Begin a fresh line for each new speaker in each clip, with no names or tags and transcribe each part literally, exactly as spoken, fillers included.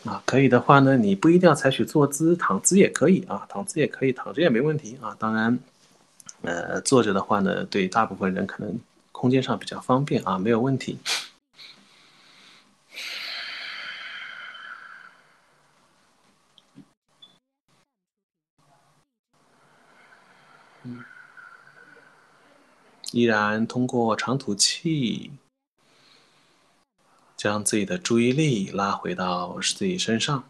啊，可以的话呢，你不一定要采取坐姿，躺姿也可以啊，躺姿也可以，躺着也没问题啊。当然，呃，坐着的话呢，对大部分人可能空间上比较方便啊，没有问题。依然通过长吐气，将自己的注意力拉回到自己身上。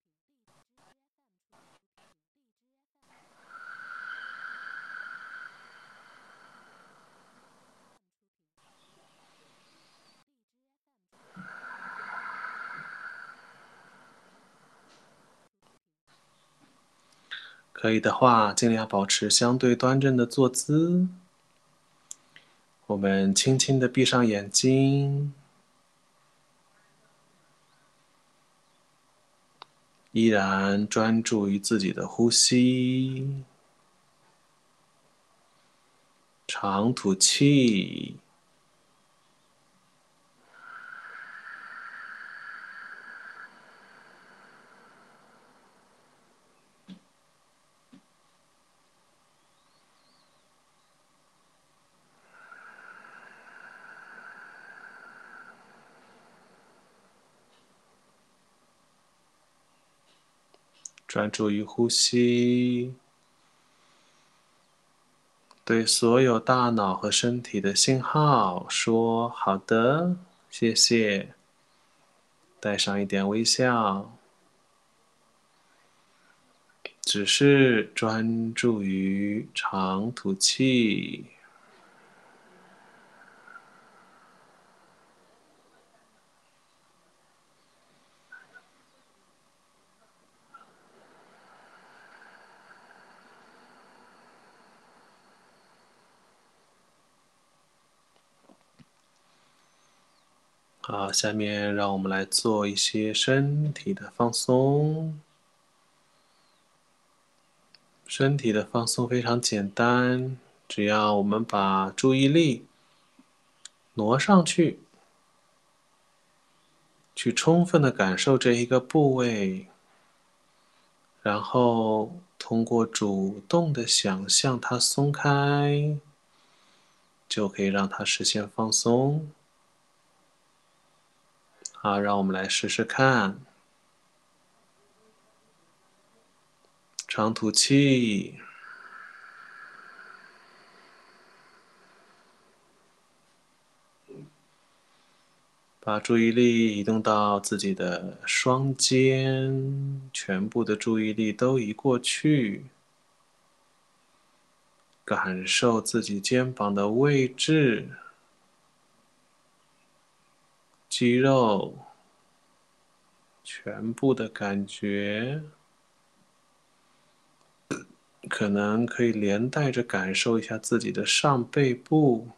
可以的话，尽量保持相对端正的坐姿。我们轻轻地闭上眼睛，依然专注于自己的呼吸，长吐气。专注于呼吸，对所有大脑和身体的信号说“好的，谢谢”，带上一点微笑，只是专注于长吐气。好，下面让我们来做一些身体的放松。身体的放松非常简单，只要我们把注意力挪上去，去充分的感受这一个部位，然后通过主动的想象它松开，就可以让它实现放松。好，让我们来试试看。长吐气，把注意力移动到自己的双肩，全部的注意力都移过去，感受自己肩膀的位置、肌肉，全部的感觉。可能可以连带着感受一下自己的上背部，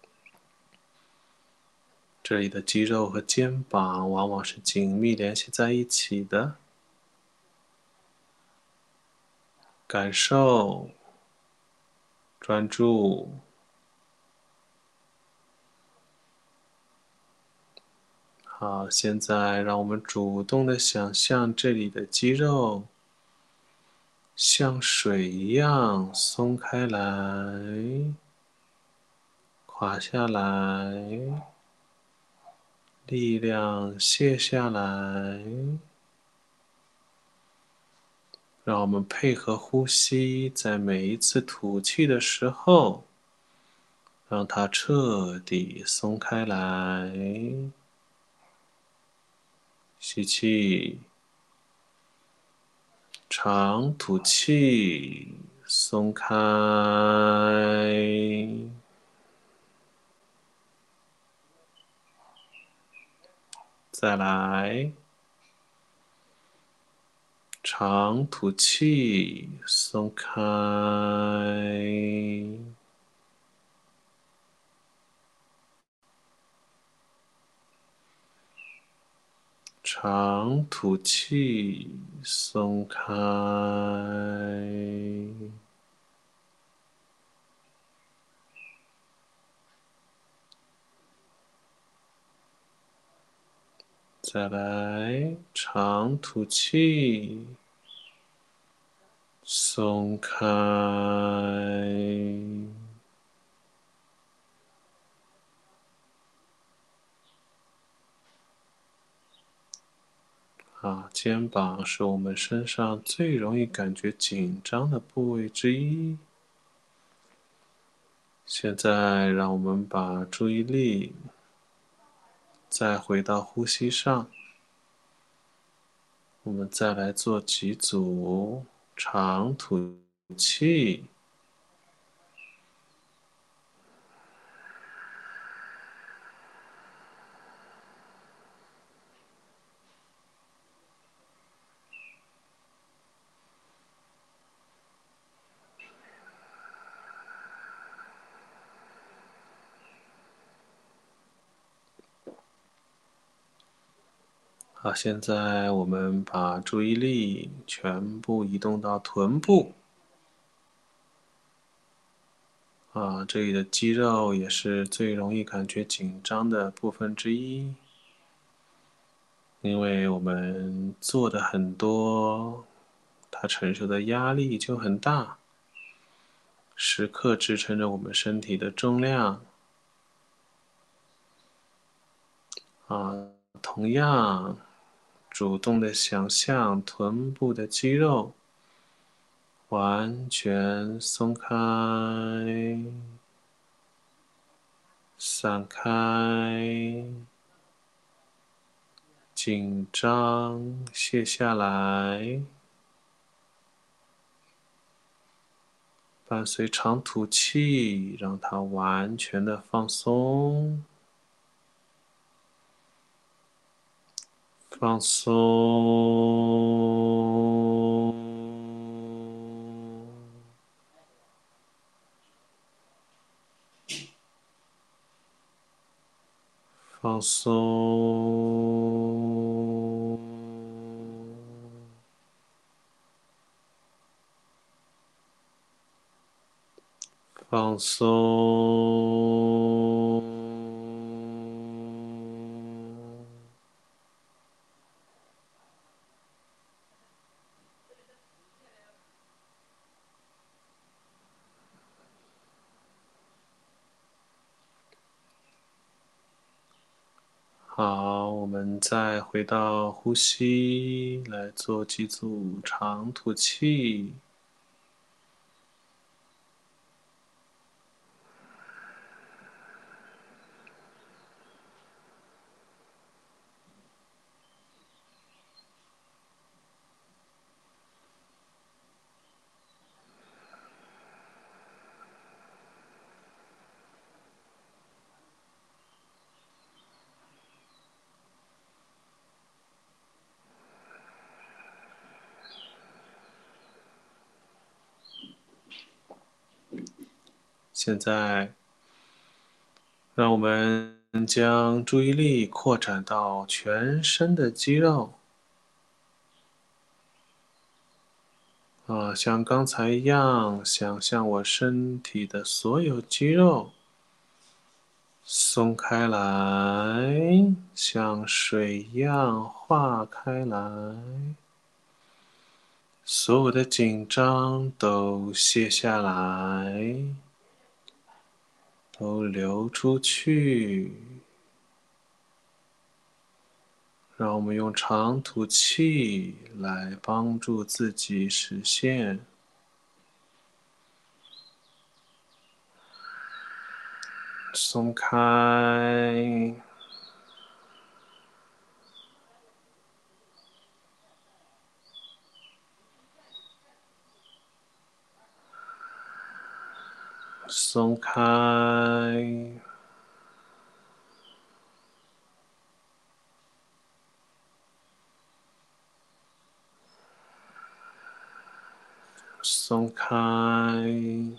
这里的肌肉和肩膀往往是紧密联系在一起的。感受，专注。好，现在让我们主动的想象这里的肌肉像水一样松开来，垮下来，力量卸下来。让我们配合呼吸，在每一次吐气的时候，让它彻底松开来。吸气，长吐气，松开。再来，长吐气，松开。长吐气，松开。 再来，长吐气，松开。啊，肩膀是我们身上最容易感觉紧张的部位之一。现在，让我们把注意力再回到呼吸上。我们再来做几组长吐气。好，现在我们把注意力全部移动到臀部。啊，这里的肌肉也是最容易感觉紧张的部分之一，因为我们做的很多，它承受的压力就很大，时刻支撑着我们身体的重量。啊，同样，主动的想象臀部的肌肉完全松开、散开，紧张卸下来，伴随长吐气，让它完全的放松。放松，放松，放松。好，我们再回到呼吸，来做几组长吐气。现在，让我们将注意力扩展到全身的肌肉。啊，像刚才一样，想象我身体的所有肌肉松开来，像水一样化开来，所有的紧张都卸下来，都流出去。让我们用长吐气来帮助自己实现。松开，松开，松开，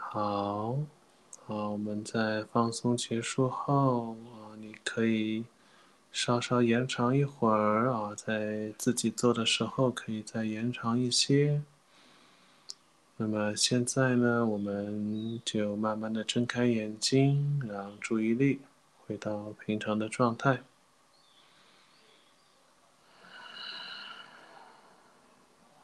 好，好，我们在放松结束后啊，你可以稍稍延长一会儿啊，在自己做的时候可以再延长一些。那么现在呢，我们就慢慢的睁开眼睛，让注意力回到平常的状态。